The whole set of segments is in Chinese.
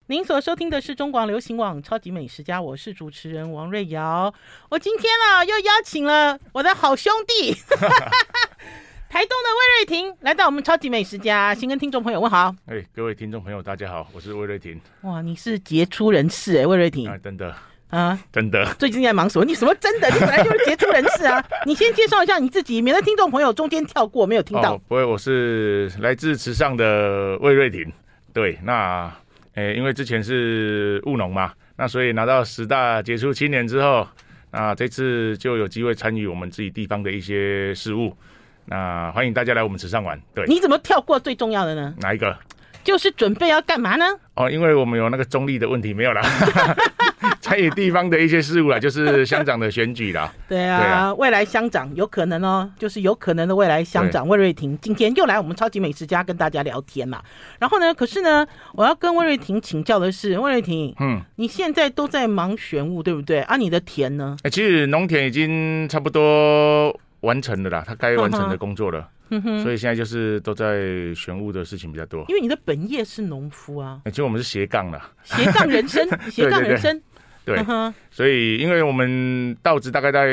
您所收听的是中广流行网超级美食家，我是主持人王瑞瑶。我今天又邀请了我的好兄弟台东的魏瑞婷来到我们超级美食家，先跟听众朋友问好。 各位听众朋友大家好，我是魏瑞婷。 哇，你是杰出人士魏瑞婷。 真的真的。最近在忙什么？你什么真的？你本来就是杰出人士啊！你先介绍一下你自己，免得听众朋友中间跳过没有听到。 不会，我是来自池上的魏瑞婷。对，那因为之前是务农嘛，那所以拿到10大杰出青年之后，那这次就有机会参与我们自己地方的一些事务。那欢迎大家来我们池上玩。对， 你怎么跳过最重要的呢？ 哪一个？ 就是准备要干嘛呢？ 因为我们有那个中立的问题没有啦，参与地方的一些事务啦，就是乡长的选举啦。 对啊，未来乡长有可能就是有可能的未来乡长魏瑞婷今天又来我们超级美食家跟大家聊天啦。然后呢，可是呢，我要跟魏瑞婷请教的是，魏瑞婷，你现在都在忙选务对不对？你的田呢？ 其实农田已经差不多完成了啦，他该完成的工作了。所以现在就是都在选务的事情比较多， 因为你的本业是农夫啊。 其实我们是斜杠啦， 斜杠人生，斜杠人生。 对，所以因为我们稻子大概在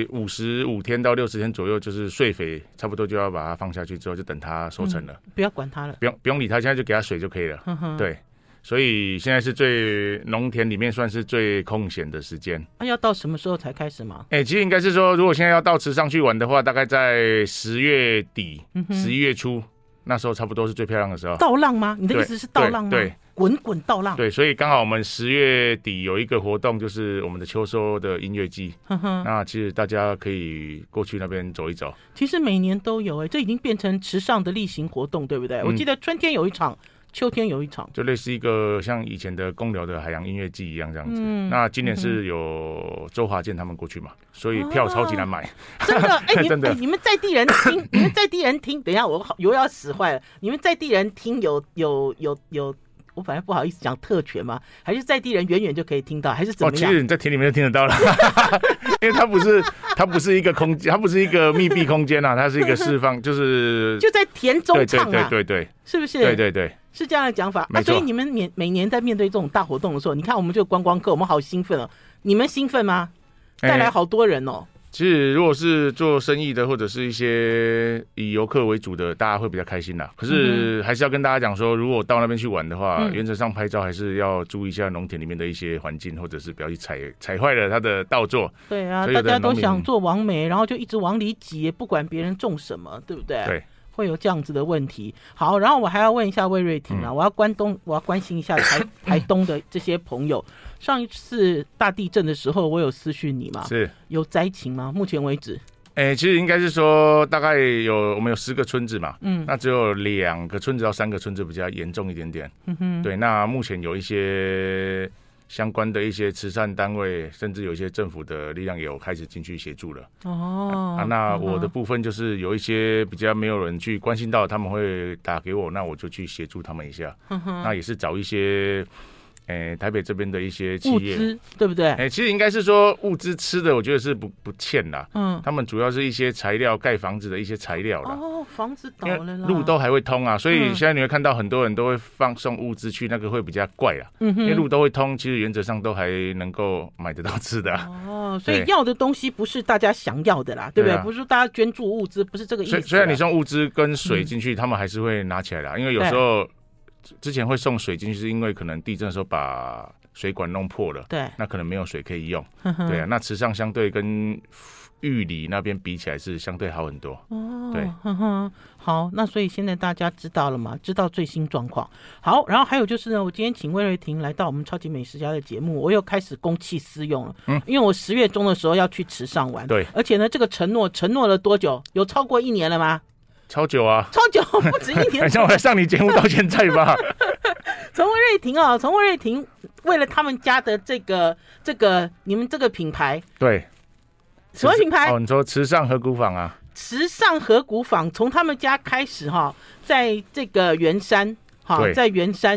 55天到60天左右，就是穗肥差不多就要把它放下去之后，就等它收成了。 不要管它了， 不用理它，现在就给它水就可以了。对。所以现在是农田里面算是最空闲的时间。 要到什么时候才开始吗？ 其实应该是说，如果现在要到池上去玩的话，大概在10月底、11月初，那时候差不多是最漂亮的时候。 稻浪吗？你的意思是稻浪吗？ 对， 滚滚稻浪。 对，所以刚好我们10月底有一个活动，就是我们的秋收的音乐季。那其实大家可以过去那边走一走。其实每年都有这已经变成池上的例行活动，对不对？我记得春天有一场。秋天有一场， 就类似一个像以前的公寮的海洋音乐季一样这样子。那今年是有周华健他们过去嘛，所以票超级难买。 真的， 真的， 你们在地人听，你们在地人听，等一下我又要使坏了。你们在地人听有，我反正不好意思讲特权吗？还是在地人远远就可以听到，还是怎么样？ 其实你在田里面就听得到了，因为它不是一个空间，它不是一个密闭空间啊，它是一个释放，就在田中唱啊， 对，是不是？ 对。 是这样的讲法所以你们每年在面对这种大活动的时候，你看我们这个观光客，我们好兴奋哦。你们兴奋吗？带来好多人哦。 其实如果是做生意的，或者是一些以游客为主的，大家会比较开心啦。可是还是要跟大家讲说，如果到那边去玩的话，原则上拍照还是要注意一下农田里面的一些环境，或者是不要去踩坏了它的稻作。 对啊，大家都想做完美，然后就一直往里挤，不管别人种什么，对不对？ 对。 会有这样子的问题。好，然后我还要问一下魏瑞婷我要关心一下台东的这些朋友。上一次大地震的时候，我有私讯你嘛？ 是有灾情吗？目前为止， 其实应该是说大概我们有10个村子嘛，那只有2个村子到3个村子比较严重一点点。对，那目前有一些相关的一些慈善单位，甚至有一些政府的力量也有开始进去协助了。那我的部分就是有一些比较没有人去关心到，他们会打给我，那我就去协助他们一下。那也是找一些台北这边的一些企业物资，对不对？ 其实应该是说物资吃的，我觉得是不欠啦。他们主要是一些材料，盖房子的一些材料啦。 房子倒了啦， 路都还会通啊，所以现在你会看到很多人都会送物资去，那个会比较怪啦。因为路都会通，其实原则上都还能够买得到吃的。 所以要的东西不是大家想要的啦，对不对？不是大家捐助物资，不是这个意思。 虽然你送物资跟水进去，他们还是会拿起来啦，因为有时候。之前会送水进去，是因为可能地震的时候把水管弄破了， 对， 那可能没有水可以用，对啊。那池上相对跟玉里那边比起来是相对好很多，对， 好，那所以现在大家知道了嘛？知道最新状况。好，然后还有就是呢，我今天请魏瑞婷来到我们超级美食家的节目，我又开始公器私用了，因为我10月中的时候要去池上玩， 对， 而且呢，这个承诺了多久？有超过1年了吗？ 超久啊， 超久，不止1年。 像我来上你节目到现在吧。 从魏瑞婷为了他们家的这个你们这个品牌， 对， 什么品牌？ 你说池上河谷坊啊？ 池上河谷坊从他们家开始在这个圆山在圆山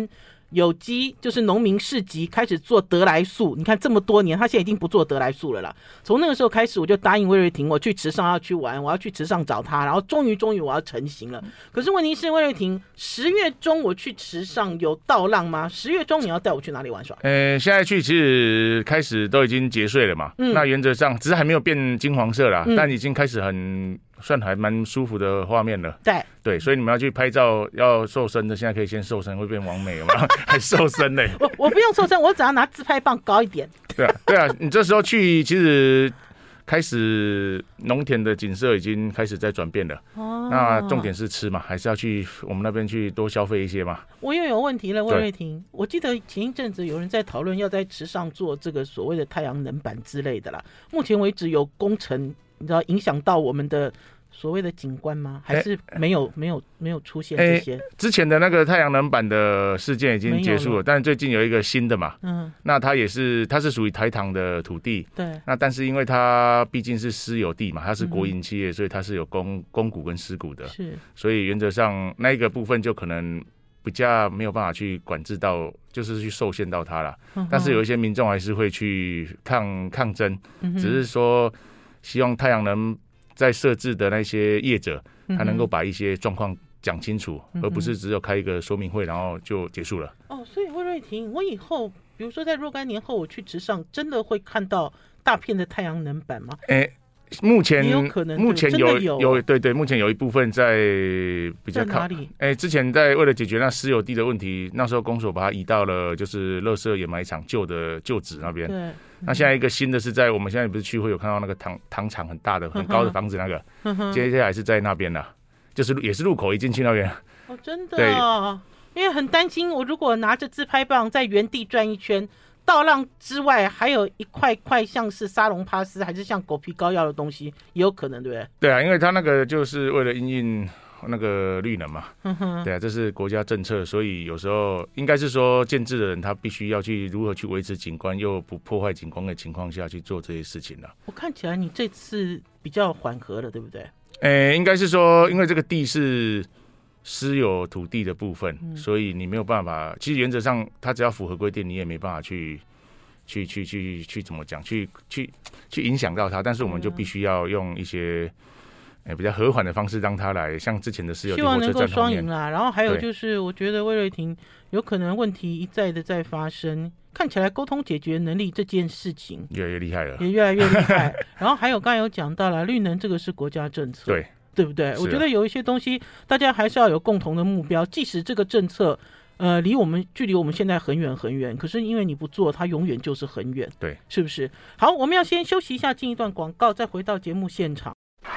有机就是农民市集开始做得来素，你看这么多年，他现在已经不做得来素了啦。从那个时候开始，我就答应魏瑞婷，我去池上要去玩，我要去池上找他，然后终于我要成行了。可是问题是，魏瑞婷10月中我去池上有稻浪吗？10月中你要带我去哪里玩耍？ 现在去其实开始都已经结穗了嘛，那原则上只是还没有变金黄色啦，但已经开始算还蛮舒服的画面了。对，所以你们要去拍照要瘦身的，现在可以先瘦身，会变完美，有没有？还瘦身呢？ 我不用瘦身，我只要拿自拍棒高一点。 对啊，你这时候去，其实开始农田的景色已经开始在转变了。那重点是吃嘛，还是要去我们那边去多消费一些嘛。我又有问题了，魏瑞婷，我记得前一阵子有人在讨论要在池上做这个所谓的太阳能板之类的啦。目前为止有工程，你知道影响到我们的所谓的景观吗？还是没有出现这些？ 之前的那个太阳能板的事件已经结束了，但是最近有一个新的嘛，那它是属于台糖的土地， 对， 那但是因为它毕竟是私有地嘛，它是国营企业，所以它是有公股跟私股的， 是， 所以原则上那一个部分就可能比较没有办法去管制到，就是去受限到它了。但是有一些民众还是会去抗争，只是说希望太阳能在设置的那些业者，他能够把一些状况讲清楚，而不是只有开一个说明会，然后就结束了。 所以魏瑞婷，我以后比如说在若干年后，我去池上，真的会看到大片的太阳能板吗？ 目前有可能， 目前有对，目前有一部分在比较靠哪里？ 之前为了解决那私有地的问题，那时候公所把它移到了就是垃圾掩埋场旧址那边。 对。 那现在一个新的是在我们现在不是去会有看到那个糖厂很大的很高的房子那个，接下来是在那边了，就是也是入口一进去那边。 真的哦，因为很担心，我如果拿着自拍棒在原地转一圈，稻浪之外还有一块块像是沙龙帕斯还是像狗皮膏药的东西，也有可能，对不对？ 对啊，因为它那个就是为了因应那个绿能嘛，对啊，这是国家政策，所以有时候应该是说建制的人他必须要去如何去维持景观又不破坏景观的情况下去做这些事情了。 我看起来你这次比较缓和了，对不对？ 应该是说因为这个地是私有土地的部分，所以你没有办法，其实原则上它只要符合规定，你也没办法去怎么讲，去影响到它，但是我们就必须要用一些比较和缓的方式让它来，像之前的私有地火车站希望能够双赢啦。然后还有就是，我觉得魏瑞婷有可能问题一再的在发生，看起来沟通解决能力这件事情越来越厉害了， 也越来越厉害。然后还有刚才有讲到了绿能，这个是国家政策，对不对？我觉得有一些东西大家还是要有共同的目标，即使这个政策距离我们现在很远很远，可是因为你不做，它永远就是很远， 对， 是不是？好，我们要先休息一下，进一段广告，再回到节目现场。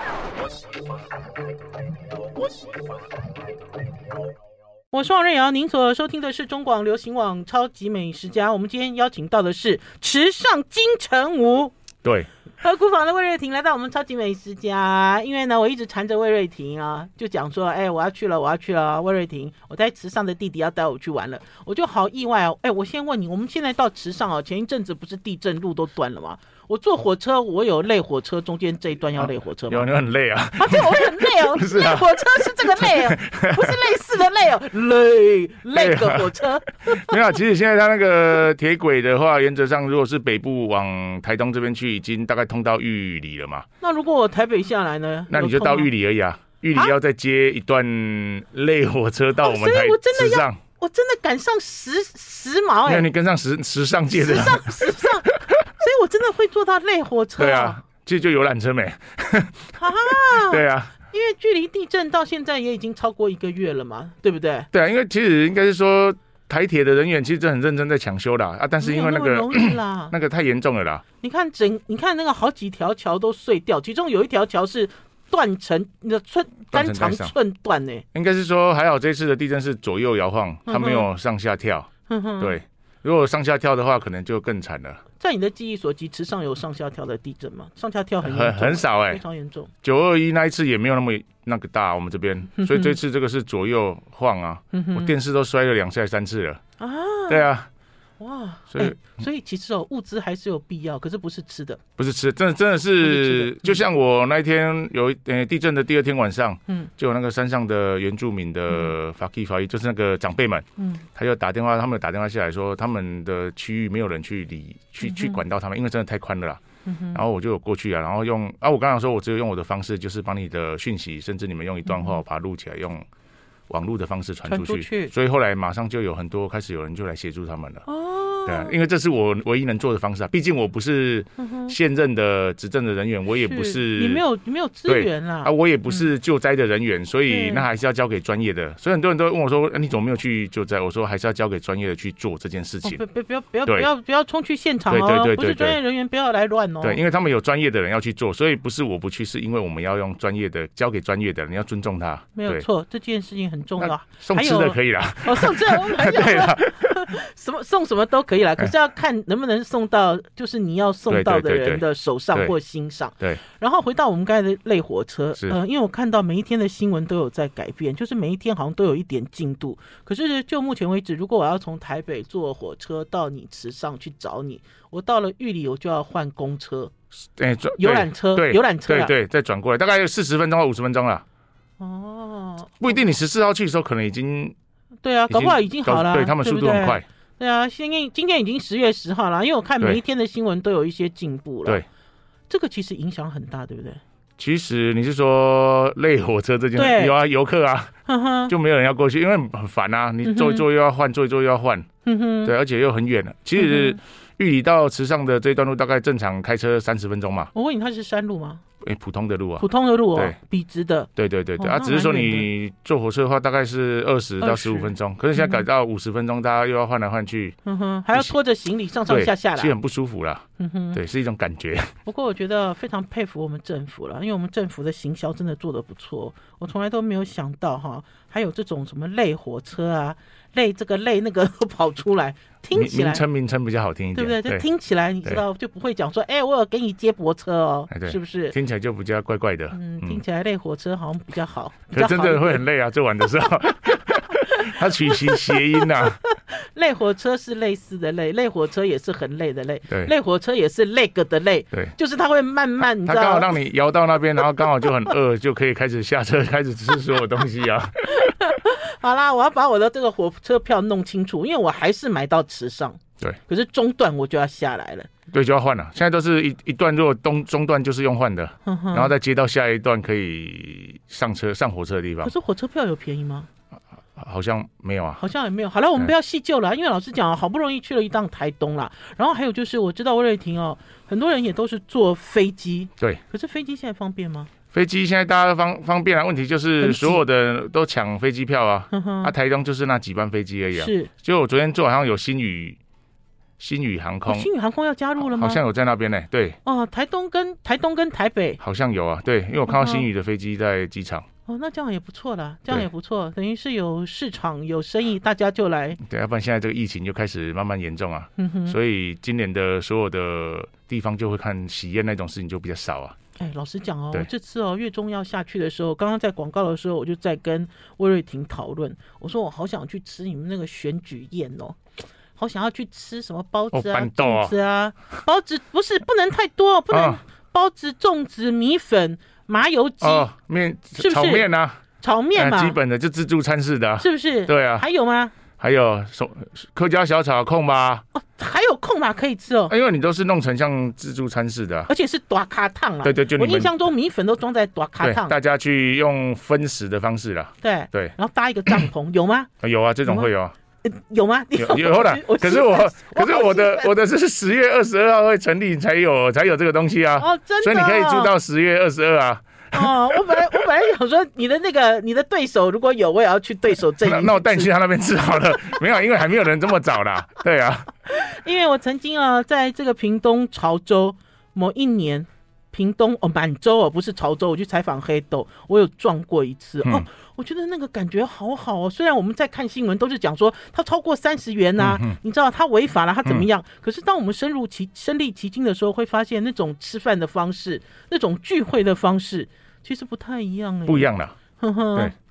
我是王瑞瑶，您所收听的是中广流行网超级美食家。我们今天邀请到的是池上金城武， 对， 和古坊的魏瑞婷来到我们超级美食家。因为呢，我一直缠着魏瑞婷啊，就讲说，我要去了，魏瑞婷，我在池上的弟弟要带我去玩了，我就好意外哦。我先问你，我们现在到池上哦，前一阵子不是地震，路都断了吗？我坐火车，我有累火车中间这一段要累火车吗？ 有，你很累啊！ 对，我很累哦。累火车是这个累哦，不是类似的累哦，累个火车。 没有，其实现在它那个铁轨的话，原则上如果是北部往台东这边去，已经大概通到玉里了嘛。 那如果我台北下来呢？ 那你就到玉里而已啊。玉里要再接一段累火车到我们台池上。 我真的赶上时髦没有，你跟上时尚界的。 时尚。所以我真的会坐到累火车。 对啊，其实就游览车没。对啊， 因为距离地震到现在也已经超过1个月了嘛，对不对？ 对啊，因为其实应该是说台铁的人员其实很认真在抢修啦，但是因为那个那个太严重了啦。你看那个好几条桥都碎掉，其中有一条桥是断成肝肠寸断呢。 应该是说还好这次的地震是左右摇晃，它没有上下跳。对，如果上下跳的话，可能就更惨了。 在你的记忆所及，池上有上下跳的地震吗？上下跳很少非常严重。 921那一次也没有那个大，我们这边，所以这次这个是左右晃啊，我电视都摔了2次还3次了啊。对啊， 哇，所以其实物资还是有必要，可是不是吃的， 不是吃，真的是，就像我那一天有地震的第2天晚上，就有那个山上的原住民的法医，就是那个长辈们，他就打电话，他们打电话下来说，他们的区域没有人去管到他们，因为真的太宽了啦。然后我就有过去啊，然后我刚刚说我只有用我的方式，就是把你的讯息，甚至你们用一段话把它录起来，用网络的方式传出去，所以后来马上就有开始有人就来协助他们了。对啊，因为这是我唯一能做的方式啊。毕竟我不是现任的执政的人员，我也不是你没有资源啦我也不是救灾的人员，所以那还是要交给专业的。所以很多人都问我说：“你怎么没有去救灾？”我说：“还是要交给专业的去做这件事情。” 不要冲去现场哦！对，不是专业人员不要来乱哦。 对，因为他们有专业的人要去做，所以不是我不去，是因为我们要用专业的交给专业的人，要尊重他。 没有错，这件事情很重要。 送吃的可以啦， 送吃的我们还对啦， 送什么都可以啦，可是要看能不能送到就是你要送到的人的手上或心上。 对。 然后回到我们刚才的类火车，因为我看到每一天的新闻都有在改变，就是每一天好像都有一点进度。可是就目前为止，如果我要从台北坐火车到你池上去找你，我到了玉里我就要换公车，游览车， 对，再转过来，大概40分钟到50分钟了。不一定，你14号去的时候可能已经对啊，搞不好已经好了。 对，他们速度很快。 对啊，今天已经10月10号了，因为我看每一天的新闻都有一些进步了。对，这个其实影响很大，对不对？ 其实你是说类火车这件事，有啊，游客啊，就没有人要过去，因为很烦啊，你坐一坐又要换，坐一坐又要换，对，而且又很远了。其实玉里到池上的这段路大概正常开车30分钟嘛。 我问你，它是山路吗？ 普通的路啊， 普通的路哦，笔直的。 对只是说你坐火车的话，大概是20到15分钟，可是现在改到50分钟，大家又要换来换去， 还要拖着行李上下来， 其实很不舒服啦。对，是一种感觉。 不过我觉得非常佩服我们政府了，因为我们政府的行销真的做得不错。我从来都没有想到还有这种什么类火车啊，类这个类那个都跑出来，听起来名称比较好听一点， 对不对？就听起来你知道就不会讲说，我有给你接驳车哦，是不是？ 听起来就比较怪怪的。 听起来类火车好像比较好， 可真的会很累啊，做完的时候。它取其谐音啊， 类火车是类似的类，类火车也是很累的累， 对， 类火车也是累个的累， 对， 就是它会慢慢，你知道， 它刚好让你摇到那边，然后刚好就很饿，就可以开始下车，开始吃所有东西啊。 好啦，我要把我的这个火车票弄清楚，因为我还是买到池上， 对， 可是中段我就要下来了， 对，就要换了。现在都是一段，如果中段就是用换的，然后再接到下一段可以上火车的地方。 可是火车票有便宜吗？ 好像没有啊， 好像也没有。好了，我们不要细究了，因为老实讲，好不容易去了一趟台东啦。然后还有就是，我知道魏瑞婷很多人也都是坐飞机， 对。 可是飞机现在方便吗？ 飞机现在大家方便啊，问题就是所有的都抢飞机票啊。台东就是那几班飞机而已啊。是。就我昨天坐好像有新宇航空， 新宇航空要加入了吗？ 好像有在那边呢。对。 台东跟台北好像有啊。对，因为我看到新宇的飞机在机场。 那这样也不错啦，这样也不错，等于是有市场有生意，大家就来。 对，要不然现在这个疫情就开始慢慢严重啊，所以今年的所有的地方就会看喜宴那种事情就比较少啊。 老实讲这次月中要下去的时候，刚刚在广告的时候，我就在跟魏瑞婷讨论，我说我好想去吃你们那个选举宴好想要去吃什么包子啊、粽子啊，包子不能太多，不能包子、粽子、米粉。麻油鸡面是不是炒面啊？ 炒面嘛， 基本的就自助餐式的， 是不是？ 对啊。 还有吗？还有客家小炒控吧？ 还有控吧可以吃因为你都是弄成像自助餐式的， 而且是大卡烫啦。 对，就我印象中米粉都装在大卡烫， 大家去用分食的方式啦。 对，然后搭一个帐篷，有吗？ 有啊，这种会有啊。 有吗？ 有的，可是我的是10月22号会成立才有这个东西啊。 真的。 所以你可以住到10月22啊。 我本来想说你的对手如果有，我也要去对手阵营。 那我带你去他那边吃好了。没有，因为还没有人这么早啦。对啊。 因为我曾经在这个屏东潮州某一年，屏东满洲不是潮州，我去采访黑豆，我有撞过一次我觉得那个感觉好好虽然我们在看新闻都是讲说他超过30元你知道他违法了，他怎么样？可是当我们身历其境的时候，会发现那种吃饭的方式，那种聚会的方式，其实不太一样不一样了。对，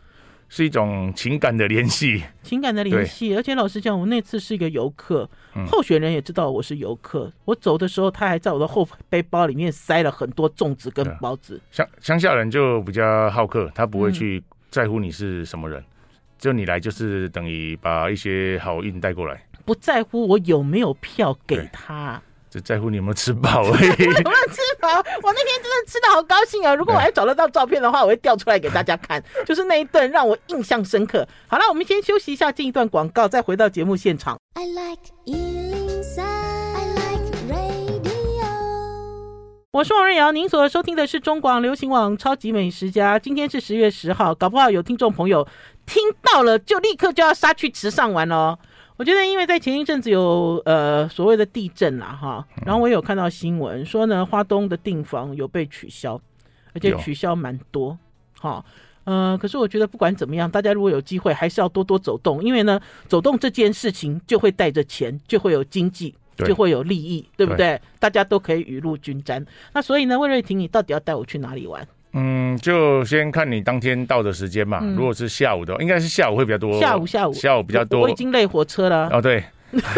是一种情感的联系， 而且老实讲，我那次是一个游客，候选人也知道我是游客，我走的时候他还在我的后背包里面塞了很多粽子跟包子。 乡下人就比较好客，他不会去在乎你是什么人，就你来就是等于把一些好运带过来， 不在乎我有没有票给他， 只在乎你有没有吃饱而已。 有没有吃饱？我那天真的吃得好高兴啊！如果我还找得到照片的话，我会调出来给大家看。就是那一顿让我印象深刻。好了，我们先休息一下，进一段广告，再回到节目现场。I like 103, I like radio。 我是王瑞瑶，您所收听的是中广流行网超级美食家。今天是10月10号，搞不好有听众朋友听到了就立刻就要杀去池上玩哦。我觉得因为在前一阵子有所谓的地震啦哈，然后我也有看到新闻说呢，花东的订房有被取消，而且取消蛮多哈。可是我觉得不管怎么样，大家如果有机会还是要多多走动，因为呢走动这件事情就会带着钱，就会有经济，就会有利益，对不对？大家都可以雨露均沾。那所以呢，魏瑞婷，你到底要带我去哪里玩？ 就先看你当天到的时间嘛。如果是下午的，应该是下午会比较多。下午比较多。 我已经累火车了。 哦，对。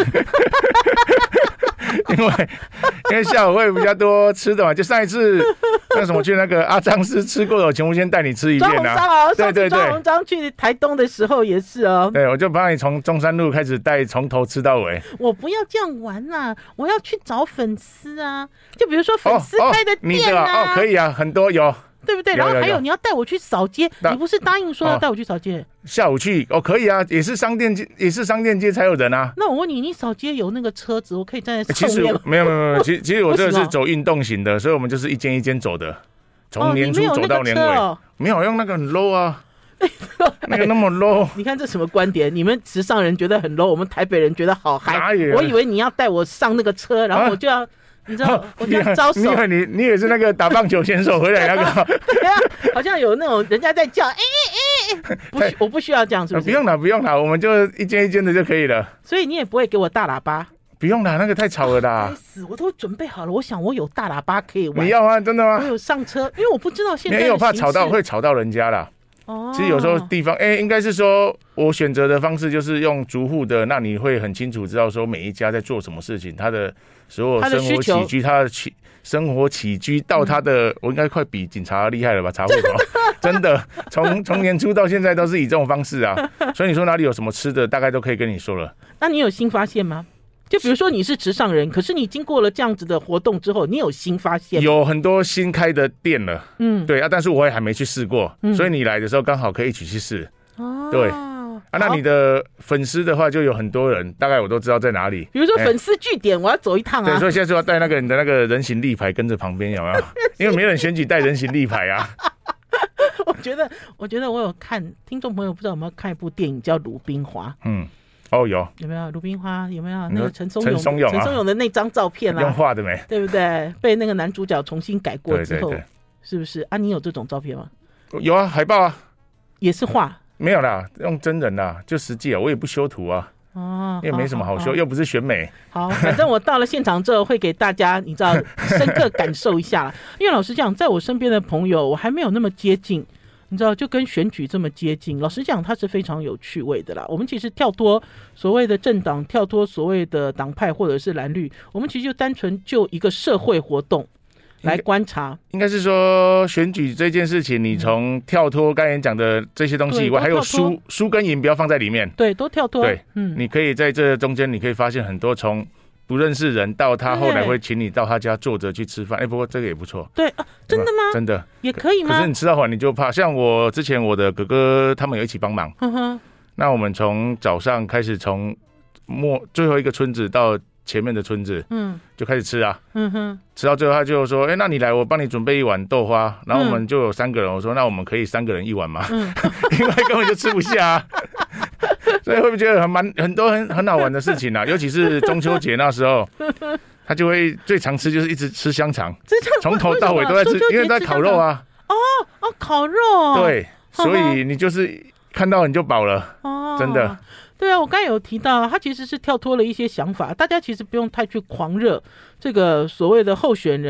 因为下午会比较多吃的嘛，就上一次那什么去那个阿张师吃过的，我全部先带你吃一遍啊。对， 庄鸿章去台东的时候也是哦。 对，我就帮你从中山路开始带，从头吃到尾。 我不要这样玩啊，我要去找粉丝啊，就比如说粉丝开的店啊。 可以啊，很多有。 对不对？然后还有你要带我去扫街，你不是答应说要带我去扫街？ 下午去可以啊，也是商店街才有人啊。 那我问你，你扫街有那个车子，我可以站在上面吗？ 其实没有，其实我这个是走运动型的，所以我们就是一间一间走的，从年初走到年尾。没有用那个很 low 啊。那个那么 low， 你看这什么观点？你们池上人觉得很 low， 我们台北人觉得好嗨。我以为你要带我上那个车，然后我就要。你知道我这样招手， 你也是那个打棒球选手回来那个， 对啊，好像有那种人家在叫，我不需要这样，是不是？ 不用啦，我们就一间一间的就可以了。 所以你也不会给我大喇叭？ 不用啦，那个太吵了啦。 我都准备好了，我想我有大喇叭可以玩。 你要吗？真的吗？ 我有上车，因为我不知道现在。 因为我怕会吵到人家啦。其实有时候地方，应该是说我选择的方式就是用逐户的，那你会很清楚知道说每一家在做什么事情，他的所有生活起居，他的生活起居到他的，我应该快比警察厉害了吧？查户口真的从年初到现在都是以这种方式啊，所以你说哪里有什么吃的，大概都可以跟你说了。 那你有新发现吗？就比如说你是池上人，可是你经过了这样子的活动之后，你有新发现吗？ 有很多新开的店了，对啊，但是我也还没去试过，所以你来的时候刚好可以一起去试。对那你的粉丝的话就有很多人，大概我都知道在哪里。 比如说粉丝据点，我要走一趟啊。 对，所以现在就要带你的那个人形立牌跟着旁边，有没有？因为没人选举带人形立牌啊。 我觉得我有看，听众朋友不知道有没有看一部电影叫《鲁冰花》。 有没有鲁冰花？有没有那个陈松勇的那张照片啊？ 用画的没？ 对不对？被那个男主角重新改过之后， 对， 是不是啊？你有这种照片吗？ 有啊，海报啊， 也是画。 没有啦，用真人啦，就实际啊，我也不修图啊。也没什么好修，又不是选美。好， 反正我到了现场之后，会给大家你知道深刻感受一下啦。因为老实讲，在我身边的朋友，我还没有那么接近。你知道，就跟选举这么接近，老实讲，它是非常有趣味的啦。我们其实跳脱所谓的政党，跳脱所谓的党派或者是蓝绿，我们其实就单纯就一个社会活动来观察。 应该是说选举这件事情，你从跳脱刚才讲的这些东西以外，还有输跟赢不要放在里面。 对，都跳脱。 对，你可以在这中间，你可以发现很多从不认识人到他后来会请你到他家坐着去吃饭，不过这个也不错。 对啊，真的吗？ 真的也可以吗？ 可是你吃到后来你就怕，像我之前我的哥哥他们有一起帮忙，那我们从早上开始，从最后一个村子到前面的村子，就开始吃啊，吃到最后他就说，那你来，我帮你准备一碗豆花，然后我们就有3个人，我说那我们可以3个人1碗吗？因为根本就吃不下啊。所以会不会觉得很多很好玩的事情啊？尤其是中秋节那时候，他就会最常吃就是一直吃香肠，从头到尾都在吃，因为在烤肉啊。 烤肉。 对，所以你就是看到你就饱了，真的。 对啊，我刚才有提到，他其实是跳脱了一些想法，大家其实不用太去狂热这个所谓的候选人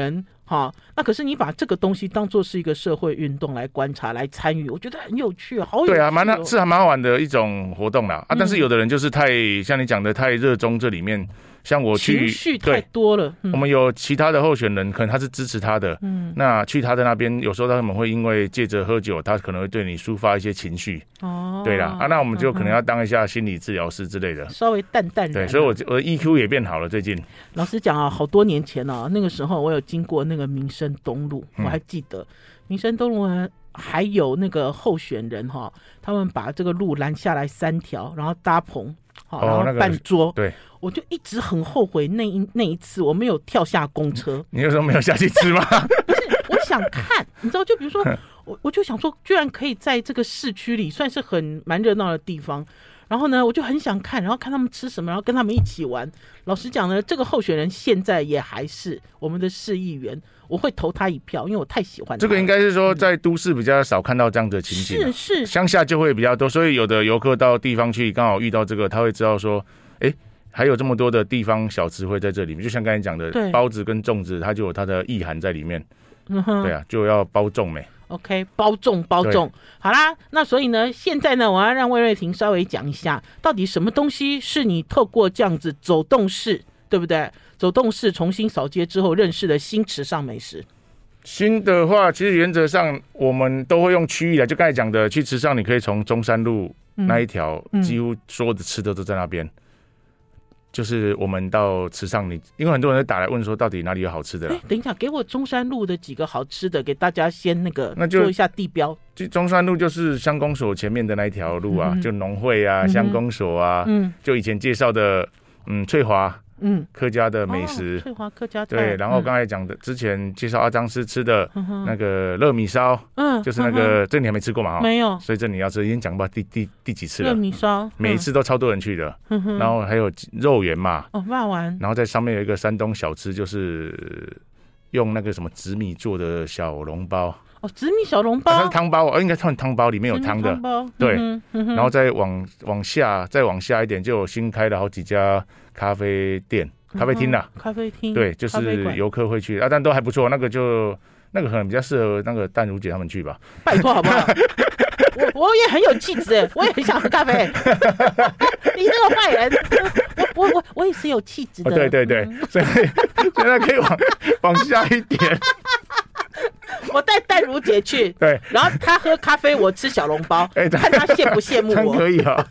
好，那可是你把这个东西当作是一个社会运动来观察、来参与，我觉得很有趣，好有趣。 对啊，是还蛮好玩的一种活动啦。但是有的人就是像你讲的太热衷这里面。像我去， 情绪太多了。 我们有其他的候选人，可能他是支持他的。那去他的那边，有时候他们会因为借着喝酒，他可能会对你抒发一些情绪。对啦，那我们就可能要当一下心理治疗师之类的， 稍微淡然。 对，所以我的 EQ 也变好了。最近， 老实讲啊，好多年前啊，那个时候我有经过那个民生东路，我还记得民生东路呢。还有那个候选人他们把这个路拦下来3条，然后搭棚，然后办桌。 对，我就一直很后悔那一次我没有跳下公车。 你有时候没有下去吃吗？ 不是，我想看，你知道，就比如说我就想说，居然可以在这个市区里算是蛮热闹的地方。然后呢，我就很想看，然后看他们吃什么，然后跟他们一起玩。老实讲呢，这个候选人现在也还是我们的市议员，我会投他一票，因为我太喜欢他。 这个应该是说在都市比较少看到这样的情景， 是乡下就会比较多，所以有的游客到地方去，刚好遇到这个，他会知道说，还有这么多的地方小吃会在这里面，就像刚才讲的包子跟粽子，它就有它的意涵在里面。对啊，就要包粽没。 OK， 包粽。好啦，那所以呢，现在呢，我要让魏瑞婷稍微讲一下，到底什么东西是你透过这样子走动式，对不对？走动式重新扫街之后认识的新池上美食。 新的话，其实原则上我们都会用区域的，就刚才讲的，去池上你可以从中山路那一条，几乎所有的吃的都在那边。就是我们到池上，因为很多人打来问说，到底哪里有好吃的啦？ 等一下，给我中山路的几个好吃的，给大家先做一下地标。 中山路就是乡公所前面的那一条路啊，就农会啊、乡公所啊，就以前介绍的，翠华。客家的美食， 翠华客家菜。 对，然后刚才讲的，之前介绍阿张师吃的那个乐米烧，就是那个，这你还没吃过嘛？ 没有， 所以这你要吃，已经讲不到第几次了。 乐米烧， 每一次都超多人去的。然后还有肉圆嘛， 骂完， 然后在上面有一个山东小吃，就是用那个什么紫米做的小笼包。 紫米小笼包， 它是汤包，应该算汤包，里面有汤的。对，然后再往下一点，就有新开了好几家咖啡厅啦。咖啡厅，对，就是游客会去但都还不错。那个可能比较适合那个淡如姐他们去吧。 拜托好不好？我也很有气质，我也很想喝咖啡。你这个坏人，我也是有气质的。 对，所以现在可以往下一点。 我带淡如姐去， 对， 然后她喝咖啡，我吃小笼包，看她羡不羡慕我。 可以啊。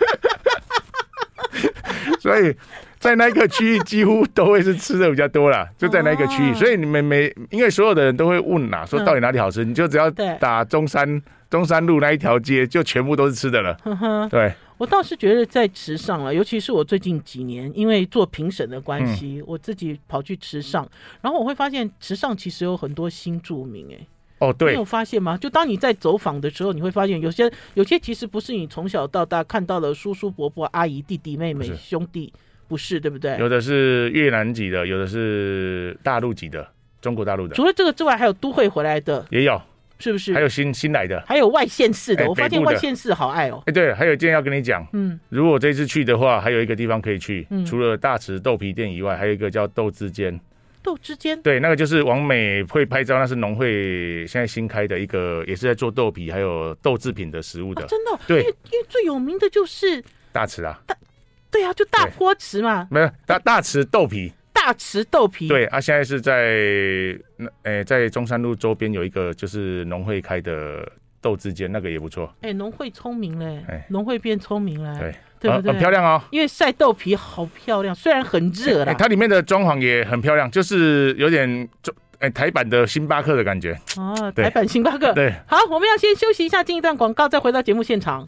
所以在那个区域几乎都会是吃的比较多啦，就在那个区域。所以你们因为所有的人都会问啦，说到底哪里好吃，你就只要打中山路那一条街，就全部都是吃的了。对， 我倒是觉得在池上了，尤其是我最近几年因为做评审的关系，我自己跑去池上，然后我会发现池上其实有很多新住民对， 你有发现吗？就当你在走访的时候，你会发现有些其实不是你从小到大看到的叔叔伯伯阿姨弟弟妹妹兄弟，不是，对不对？ 有的是越南籍的，有的是大陆籍的，中国大陆的。 除了这个之外，还有都会回来的， 也有， 是不是？ 还有新来的， 还有外县市的。我发现外县市好爱对，还有一件要跟你讲，如果这次去的话，还有一个地方可以去，除了大池豆皮店以外，还有一个叫豆之间。 豆之间， 对，那个就是网美会拍照，那是农会现在新开的一个，也是在做豆皮还有豆制品的食物的。 真的？ 对， 因为最有名的就是大池啊。 对啊，就大坡池嘛。 没有大池豆皮。 大池豆皮。 对啊，现在是在中山路周边有一个就是农会开的豆之间，那个也不错。 农会聪明嘞，农会变聪明了。 对不对？很漂亮哦， 因为晒豆皮好漂亮，虽然很热啦。 它里面的装潢也很漂亮，就是有点台版的星巴克的感觉。 台版星巴克。 对， 好，我们要先休息一下，进一段广告，再回到节目现场。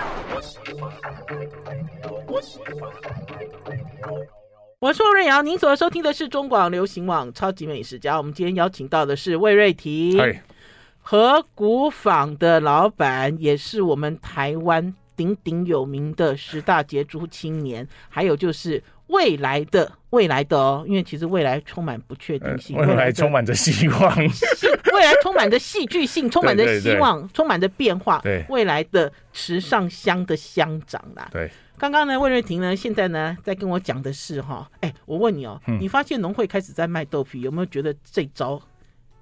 我是魏瑞瑶，您所收听的是中广流行网超级美食家。我们今天邀请到的是魏瑞婷，和谷坊的老板，也是我们台湾鼎鼎有名的10大杰出青年，还有就是未来的因为其实未来充满不确定性， 未来充满着希望， 未来充满着戏剧性，充满着希望，充满着变化， 对， 未来的池上乡的乡长啦。 对， 刚刚呢，魏瑞婷呢，现在呢在跟我讲的是我问你你发现农会开始在卖豆皮，有没有觉得这招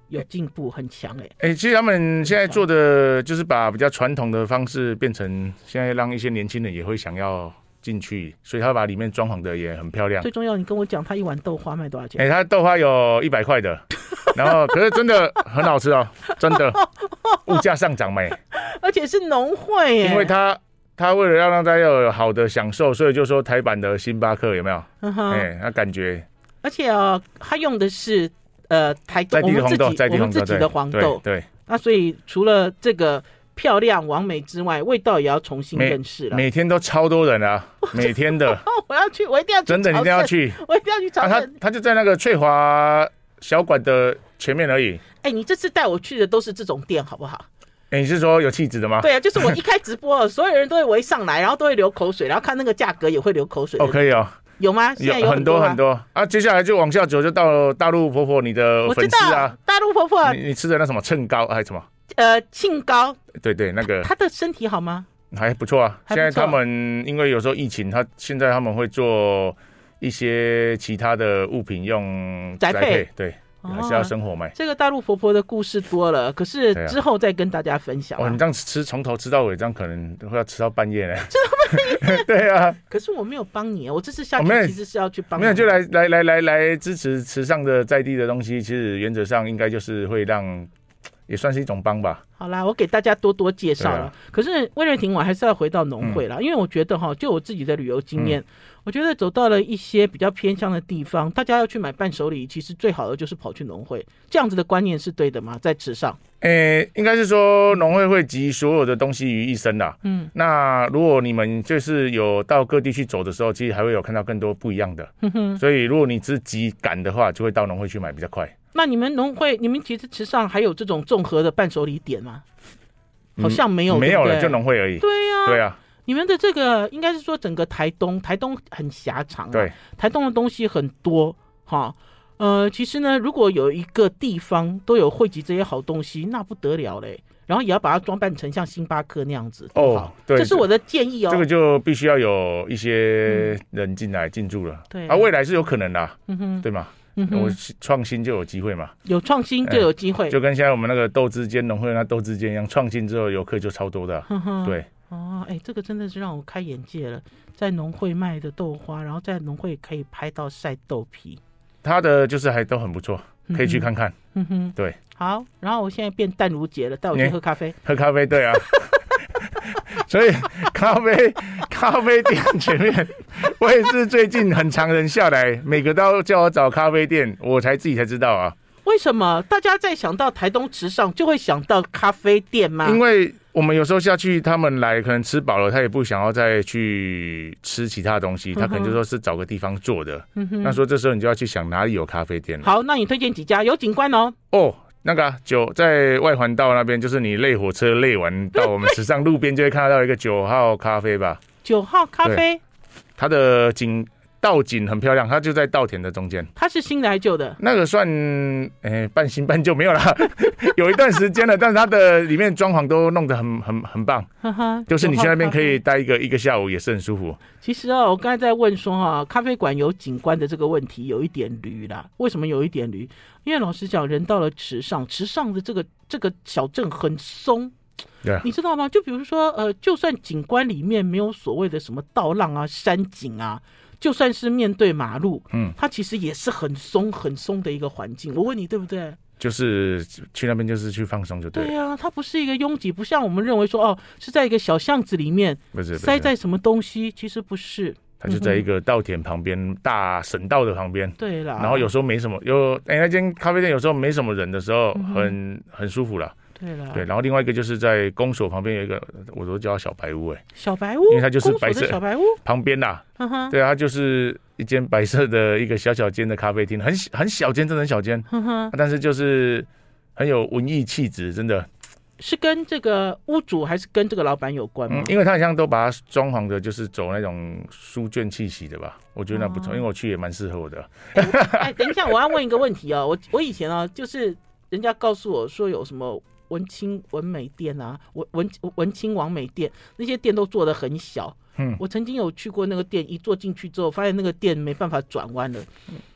有进步，很强其实他们现在做的就是把比较传统的方式变成现在让一些年轻人也会想要进去，所以他把里面装潢的也很漂亮。 最重要，你跟我讲他一碗豆花卖多少钱？ 他豆花有100块的，然后可是真的很好吃哦，真的，物价上涨没？ 而且是农会耶， 因为他为了要让大家有好的享受，所以就说台版的星巴克有没有？他感觉， 而且他用的是台东在地的红豆， 我们自己的黄豆， 对。 那所以除了这个漂亮完美之外，味道也要重新认识了。 每天都超多人啊，每天的。 我要去，我一定要去， 真的一定要去， 我一定要去朝圣。 他就在那个翠华小馆的前面而已。 你这次带我去的都是这种店，好不好？ 你是说有气质的吗？ 对啊，就是我一开直播，所有人都会围上来，然后都会流口水，然后看那个价格也会流口水。 可以哦。 有吗？现在有很多很多啊！接下来就往下走，就到了大陆婆婆你的粉丝啊。 大陆婆婆， 你吃的那什么秤糕还是什么？ 庆糕。 对，那个。 她的身体好吗？ 还不错啊。现在他们因为有时候疫情，现在他们会做一些其他的物品用宅配，对。还是要生活买。 这个大陆婆婆的故事多了，可是之后再跟大家分享。 你这样吃从头吃到尾，这样可能会要吃到半夜呢。 吃到半夜？ 对啊。 可是我没有帮你，我这次下去其实是要去帮你。 没有，就来支持池上的在地的东西。其实原则上应该就是会让，也算是一种帮吧。 好啦，我给大家多多介绍了。可是魏瑞婷，我还是要回到农会啦，因为我觉得就我自己的旅游经验。我觉得走到了一些比较偏乡的地方，大家要去买伴手礼，其实最好的就是跑去农会。这样子的观念是对的吗？在池上， 应该是说农会会集所有的东西于一身啦。那如果你们就是有到各地去走的时候，其实还会有看到更多不一样的。所以如果你只急赶的话，就会到农会去买比较快。 那你们农会，你们其实池上还有这种综合的伴手礼点吗？好像没有， 没有了，就农会而已。 对啊。你们的这个应该是说整个台东很狭长， 对， 台东的东西很多哈。其实呢，如果有一个地方都有汇集这些好东西，那不得了嘞。然后也要把它装扮成像星巴克那样子，对，这是我的建议哦。 这个就必须要有一些人进驻了，对，未来是有可能的，对吗？我创新就有机会嘛， 有创新就有机会， 就跟现在我们那个豆汁间农会那豆汁间一样，创新之后游客就超多的，对。 这个真的是让我开眼界了，在农会卖的豆花，然后在农会可以拍到晒豆皮， 它的就是还都很不错，可以去看看。对。 好，然后我现在变淡如姐了，带我去喝咖啡。 喝咖啡，对啊。所以咖啡店前面，我也是最近很常人下来，每个都叫我找咖啡店，我自己才知道啊。 为什么大家在想到台东池上就会想到咖啡店吗？ 因为我们有时候下去，他们来可能吃饱了，他也不想要再去吃其他东西，他可能就说是找个地方坐的。那说这时候你就要去想哪里有咖啡店了。 好，那你推荐几家？有景观哦。 那个在外环道那边，就是你累火车累完到我们池上路边就会看到一个9号咖啡吧。 9号咖啡， 它的道景很漂亮，它就在稻田的中间。 它是新的还是旧的？ 那个算半新半旧，没有啦，有一段时间了，但是它的里面装潢都弄得很棒，就是你去那边可以待一个下午，也是很舒服。 其实我刚才在问说咖啡馆有景观的这个问题有一点驴啦。为什么有一点驴？因为老实讲，人到了池上的这个小镇很松。你知道吗？就比如说就算景观里面没有所谓的什么道浪啊、山景啊，就算是面对马路，它其实也是很松的一个环境。我问你对不对？就是去那边就是去放松就对了。对啊，它不是一个拥挤，不像我们认为说是在一个小巷子里面，不是塞在什么东西，其实不是。它就在一个稻田旁边，大省道的旁边。对啦。然后有时候没什么，那间咖啡店有时候没什么人的时候，很舒服啦。对了，对，然后另外一个就是在公所旁边有一个，我都叫小白屋，小白屋，因为它就是白色小白屋旁边啦，对啊，它就是一间白色的一个小间的咖啡厅，很小间，真的很小间，但是就是很有文艺气质，真的。是跟这个屋主还是跟这个老板有关吗？因为他好像都把它装潢的，就是走那种书卷气息的吧，我觉得那不错，因为我去也蛮适合我的。等一下，我要问一个问题我以前就是人家告诉我说有什么文青文美店啊，文青王美店，那些店都做得很小。我曾经有去过那个店，一坐进去之后，发现那个店没办法转弯了。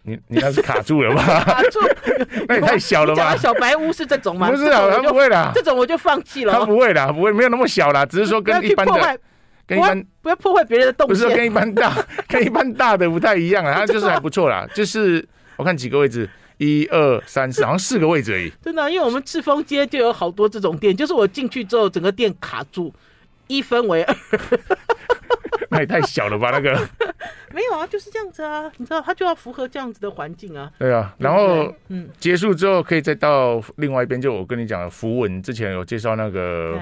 你那是卡住了吧？ 卡住， 那也太小了吧？ 你讲的小白屋是这种吗？ 不是啊，他不会啦， 这种我就放弃了。 他不会啦，不会，没有那么小啦，只是说跟一般的。 不要破坏别人的动线， 不是跟一般大的不太一样啊，它就是还不错啦，就是我看几个位置，1、2、3、4，好像4个位置而已。 真的，因为我们赤峰街就有好多这种店，就是我进去之后，整个店卡住，1分为2。 那也太小了吧？那个没有啊，就是这样子啊，你知道，它就要符合这样子的环境啊。 对啊，然后结束之后可以再到另外一边，就我跟你讲的符文，之前有介绍那个，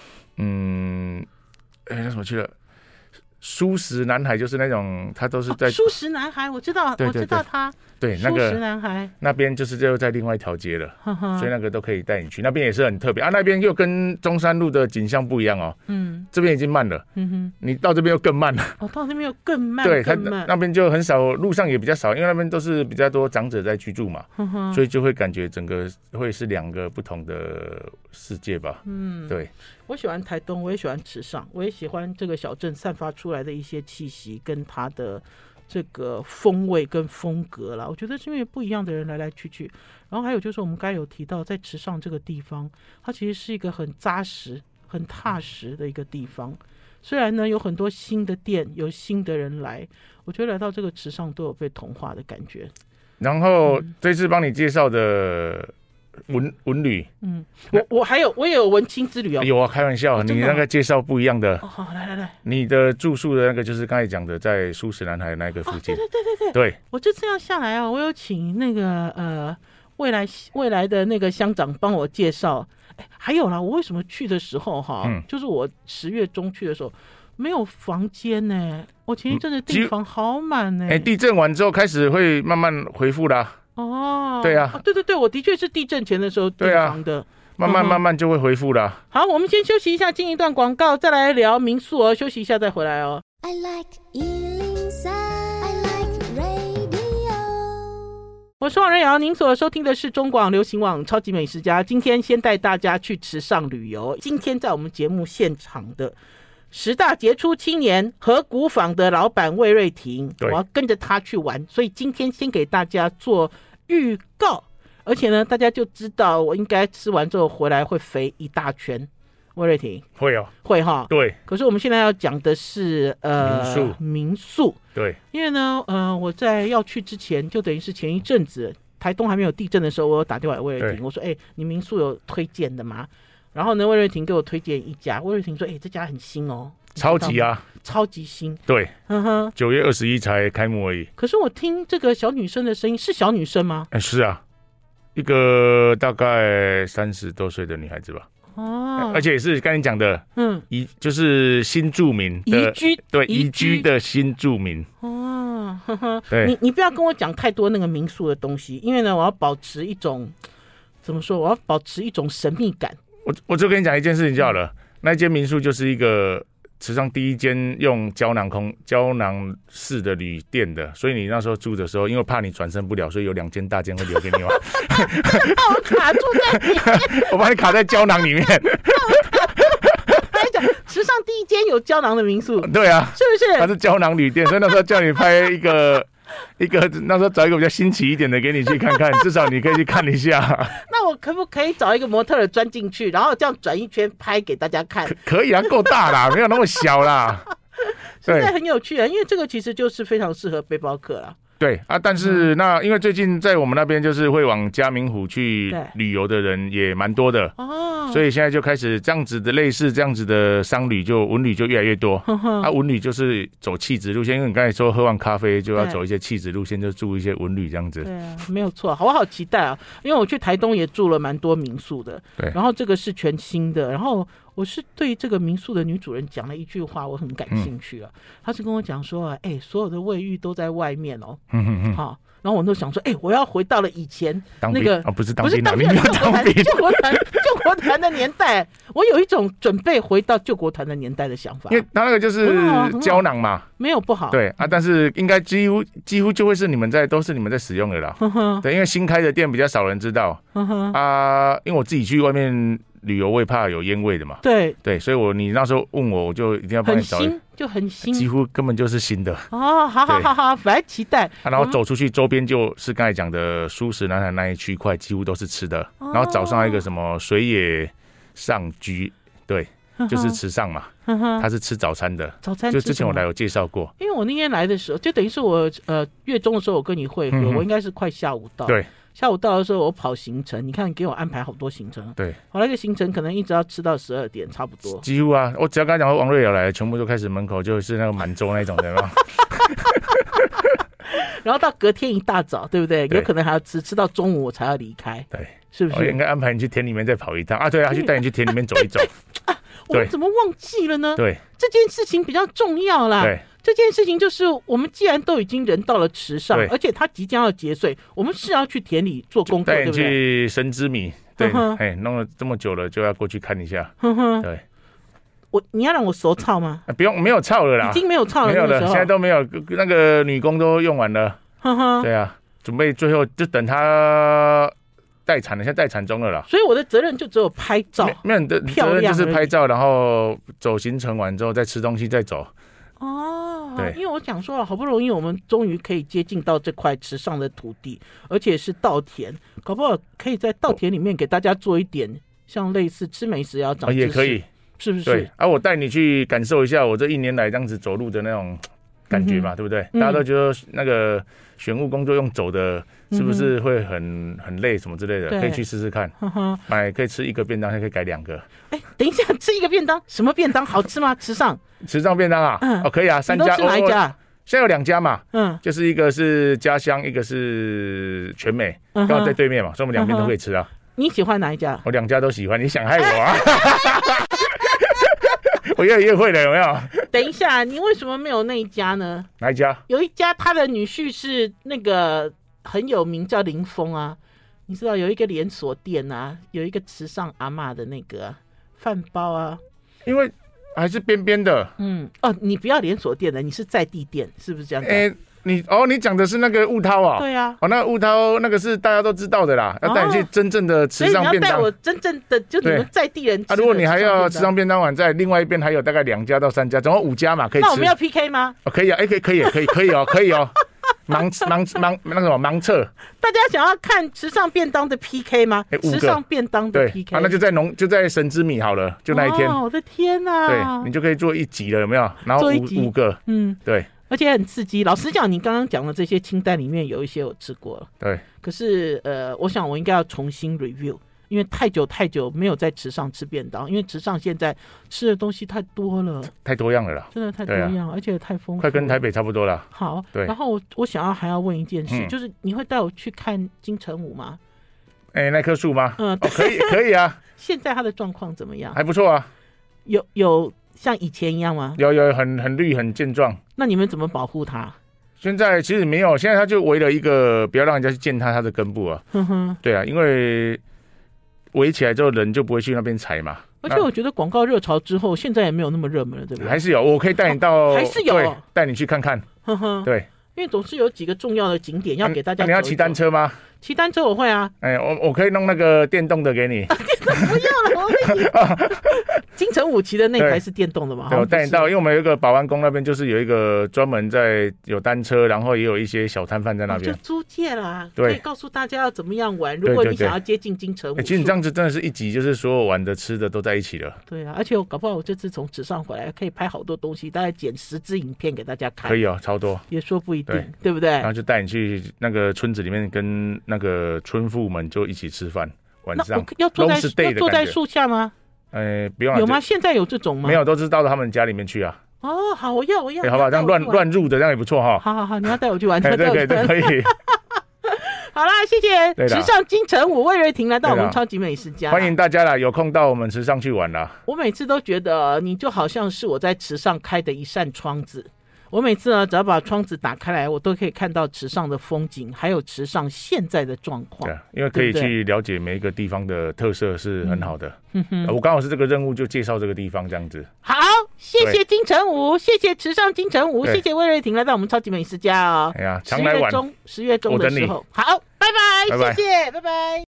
那什么去了？蔬食男孩就是那种，他都是在蔬食男孩，我知道，我知道他。 对，那个蔬食男孩那边就是就在另外一条街了，所以那个都可以带你去，那边也是很特别啊。那边又跟中山路的景象不一样哦。这边已经慢了，你到这边又更慢了。 哦，到这边又更慢。 对，他那边就很少，路上也比较少，因为那边都是比较多长者在居住嘛，所以就会感觉整个会是2个不同的世界吧。对。 我喜欢台东，我也喜欢池上，我也喜欢这个小镇散发出来的一些气息跟它的这个风味跟风格啦。我觉得是因为不一样的人来来去去，然后还有就是我们刚才有提到，在池上这个地方，它其实是一个很扎实、很踏实的一个地方。虽然呢有很多新的店，有新的人来，我觉得来到这个池上都有被同化的感觉。 然后这次帮你介绍的文旅， 我也有文青之旅哦。 有啊，开玩笑，你那个介绍不一样的。 好，来，你的住宿的那个就是刚才讲的，在蔬食男孩那个附近。对， 我这次要下来啊，我有请那个未来的那个乡长帮我介绍。还有啦，我为什么去的时候哈，就是我10月中去的时候没有房间呢？我前一阵的订房好满呢。 地震完之后开始会慢慢恢复啦。对啊， 对，我的确是地震前的时候订房的， 慢慢就会恢复啦。 好，我们先休息一下，进一段广告，再来聊民宿哦。休息一下再回来哦。I like 103, I like radio。 我是王仁瑶，您所收听的是中广流行网超级美食家。今天先带大家去池上旅游。今天在我们节目现场的10大杰出青年和古坊的老板魏瑞婷，我要跟着他去玩，所以今天先给大家做预告，而且呢，大家就知道我应该吃完之后回来会肥一大圈。魏瑞婷会哦， 会哈， 对。 可是我们现在要讲的是民宿， 对， 因为呢，我在要去之前，就等于是前一阵子台东还没有地震的时候，我有打电话给魏瑞婷，我说，你民宿有推荐的吗？然后呢，魏瑞婷给我推荐一家，魏瑞婷说，这家很新哦， 超级啊， 超级新， 对，9月21才开幕而已。 可是我听这个小女生的声音，是小女生吗？ 是啊，一个大概30多岁的女孩子吧。而且也是刚才讲的，就是新住民的移居的新住民。对， 你不要跟我讲太多那个民宿的东西，因为呢，我要保持一种怎么说？我要保持一种神秘感。 我就跟你讲一件事情就好了，那间民宿就是一个池上第一间用胶囊式的旅店的，所以你那时候住的时候，因为怕你转身不了，所以有2间大间会留给你嘛。 把我卡住在里面， 我把你卡在胶囊里面。 池上第一间有胶囊的民宿， 对啊， 是不是？ 它是胶囊旅店，所以那时候叫你拍一个那时候找一个比较新奇一点的给你去看看，至少你可以去看一下。 那我可不可以找一个模特儿钻进去，然后这样转一圈拍给大家看？ 可以啊，够大啦，没有那么小啦。 现在很有趣啊，因为这个其实就是非常适合背包客啦。 对啊，但是因为最近在我们那边就是会往嘉明湖去旅游的人也蛮多的哦，所以现在就开始这样子的类似这样子的商旅文旅就越来越多。文旅就是走气质路线，因为你刚才说喝完咖啡就要走一些气质路线，就住一些文旅这样子。 对啊，没有错，我好期待啊！因为我去台东也住了蛮多民宿的，对，然后这个是全新的，然后我是对这个民宿的女主人讲了一句话，我很感兴趣啊。她是跟我讲说，所有的卫浴都在外面哦。好，然后我都想说，我要回到了以前那个不是当兵， 救国团的年代，我有一种准备回到救国团的年代的想法。 因为他那个就是胶囊嘛， 没有不好。 对啊，但是应该几乎就会是都是你们在使用的啦。对，因为新开的店比较少人知道。因为我自己去外面旅游味怕有烟味的嘛。 对对，所以你那时候问我，我就一定要帮你找。 很新，就很新， 几乎根本就是新的。 哦，好，本来期待。 然后走出去周边就是刚才讲的苏石南海那一区块，几乎都是吃的。然后早上一个什么水野上居，对。就是池上嘛，他是吃早餐的。 早餐就之前我来有介绍过， 因为我那天来的时候，就等于是我月中的时候我跟你会合，我应该是快下午到。 对， 下午到的时候我跑行程，你看给我安排好多行程。 对， 跑那个行程可能一直要吃到12点差不多。 几乎啊，我只要刚才讲说王瑞瑶来，全部都开始门口就是那个满洲那种的嘛。 然后到隔天一大早，对不对？有可能还要吃到中午我才要离开。 对， 是不是？ 我应该安排你去田里面再跑一趟啊？对啊，去带你去田里面走一走。 我们怎么忘记了呢？ 对， 这件事情比较重要啦。 对， 这件事情就是我们既然都已经人到了池上，而且他即将要结穗，我们是要去田里做工作，对不对？ 带你去神之米，对，弄了这么久了，就要过去看一下。对， 你要让我手操吗？ 不用，没有操了啦， 已经没有操了， 没有了，现在都没有，那个女工都用完了。对啊，准备最后就等他待产了，现在待产中了啦。 所以我的责任就只有拍照， 没有你的责任就是拍照，然后走行程完之后再吃东西再走。 哦， 对， 因为我讲说了，好不容易我们终于可以接近到这块池上的土地，而且是稻田，搞不好可以在稻田里面给大家做一点像类似吃美食也要长知识， 也可以， 是不是？ 对啊，我带你去感受一下我这1年来这样子走路的那种感觉嘛，对不对？大家都觉得那个选务工作用走的，是不是会很累什么之类的？可以去试试看。可以吃1个便当，还可以改2个。 等一下，吃1个便当，什么便当好吃吗？池上便当啊？可以啊，3家。 是哪一家？ 现在有2家嘛，就是一个是家乡，一个是全美，刚好在对面嘛，所以我们2边都可以吃啊。 你喜欢哪一家？ 我2家都喜欢，你想害我啊？我越来越会了，有没有？ 等一下，你为什么没有那一家呢？ 哪一家？ 有一家，他的女婿是那个很有名，叫林峰啊。你知道有一个连锁店啊，有一个池上阿嬷的那个饭包啊。因为还是边边的。 你不要连锁店的，你是在地店，是不是这样子？ 你讲的是那个雾涛啊？ 对啊。 那雾涛那个是大家都知道的啦，要带你去真正的池上便当。所以你要带我真正的，就你们在地人吃的。 如果你还要池上便当碗，在另外一边还有大概2家到3家，总共5家嘛，可以吃。 那我们要 PK 吗？ 可以啊，可以哦，可以哦。盲测。 大家想要看池上便当的 PK 吗？池上便当的 PK， 那就在神之米好了，就那一天。 我的天哪！ 对，你就可以做1集了，有没有？然后5个，对。 而且很刺激。老实讲，你刚刚讲的这些清单里面有一些我吃过了， 对。 可是我想我应该要重新 review， 因为太久没有在池上吃便当，因为池上现在吃的东西太多了， 太多样了啦， 真的太多样，而且太丰富， 快跟台北差不多了。 好， 对。 然后我想要还要问一件事，就是你会带我去看金城武吗？ 那棵树吗？可以啊。 现在它的状况怎么样？ 还不错啊。 有像以前一样吗？ 有很绿很健壮。 那你们怎么保护它？ 现在其实没有，现在它就围了一个，不要让人家去践踏它的根部啊。对啊，因为围起来之后人就不会去那边踩嘛。 而且我觉得广告热潮之后，现在也没有那么热门了，对不对？ 还是有，我可以带你到， 还是有， 带你去看看。对， 因为总是有几个重要的景点要给大家走一走。 你要骑单车吗？ 骑单车我会啊。 我可以弄那个电动的给你。 电动不要了，我会骑。金城武骑的那台是电动的吗？ 对，我带你到，因为我们有一个保安宫那边，就是有一个专门在有单车，然后也有一些小摊贩在那边。 就租借啦， 对， 可以告诉大家要怎么样玩。如果你想要接近金城武， 其实你这样子真的是一集，就是所有玩的吃的都在一起了。 对啊，而且我搞不好我这次从池上回来，可以拍好多东西，大概剪10支影片给大家看。 可以哦，超多， 也说不一定，对不对？ 然后就带你去那个村子里面，跟那个村妇们就一起吃饭。晚上要坐在树下吗？ 不用了。 有吗？现在有这种吗？ 没有，都是到他们家里面去啊。 好，我要， 好吧，这样乱入的，这样也不错哈。 好，你要带我去玩， 对，可以。 好啦，谢谢池上金城武魏瑞婷来到我们超级美食家， 欢迎大家啦，有空到我们池上去玩啦。 我每次都觉得你就好像是我在池上开的一扇窗子。我每次呢，只要把窗子打开来，我都可以看到池上的风景，还有池上现在的状况。 对，因为可以去了解每一个地方的特色是很好的。我刚好是这个任务，就介绍这个地方这样子。 好，谢谢金城武，谢谢池上金城武，谢谢魏瑞婷来到我们超级美食家哦。 常来玩。 10月中的时候，好，拜拜，谢谢，拜拜。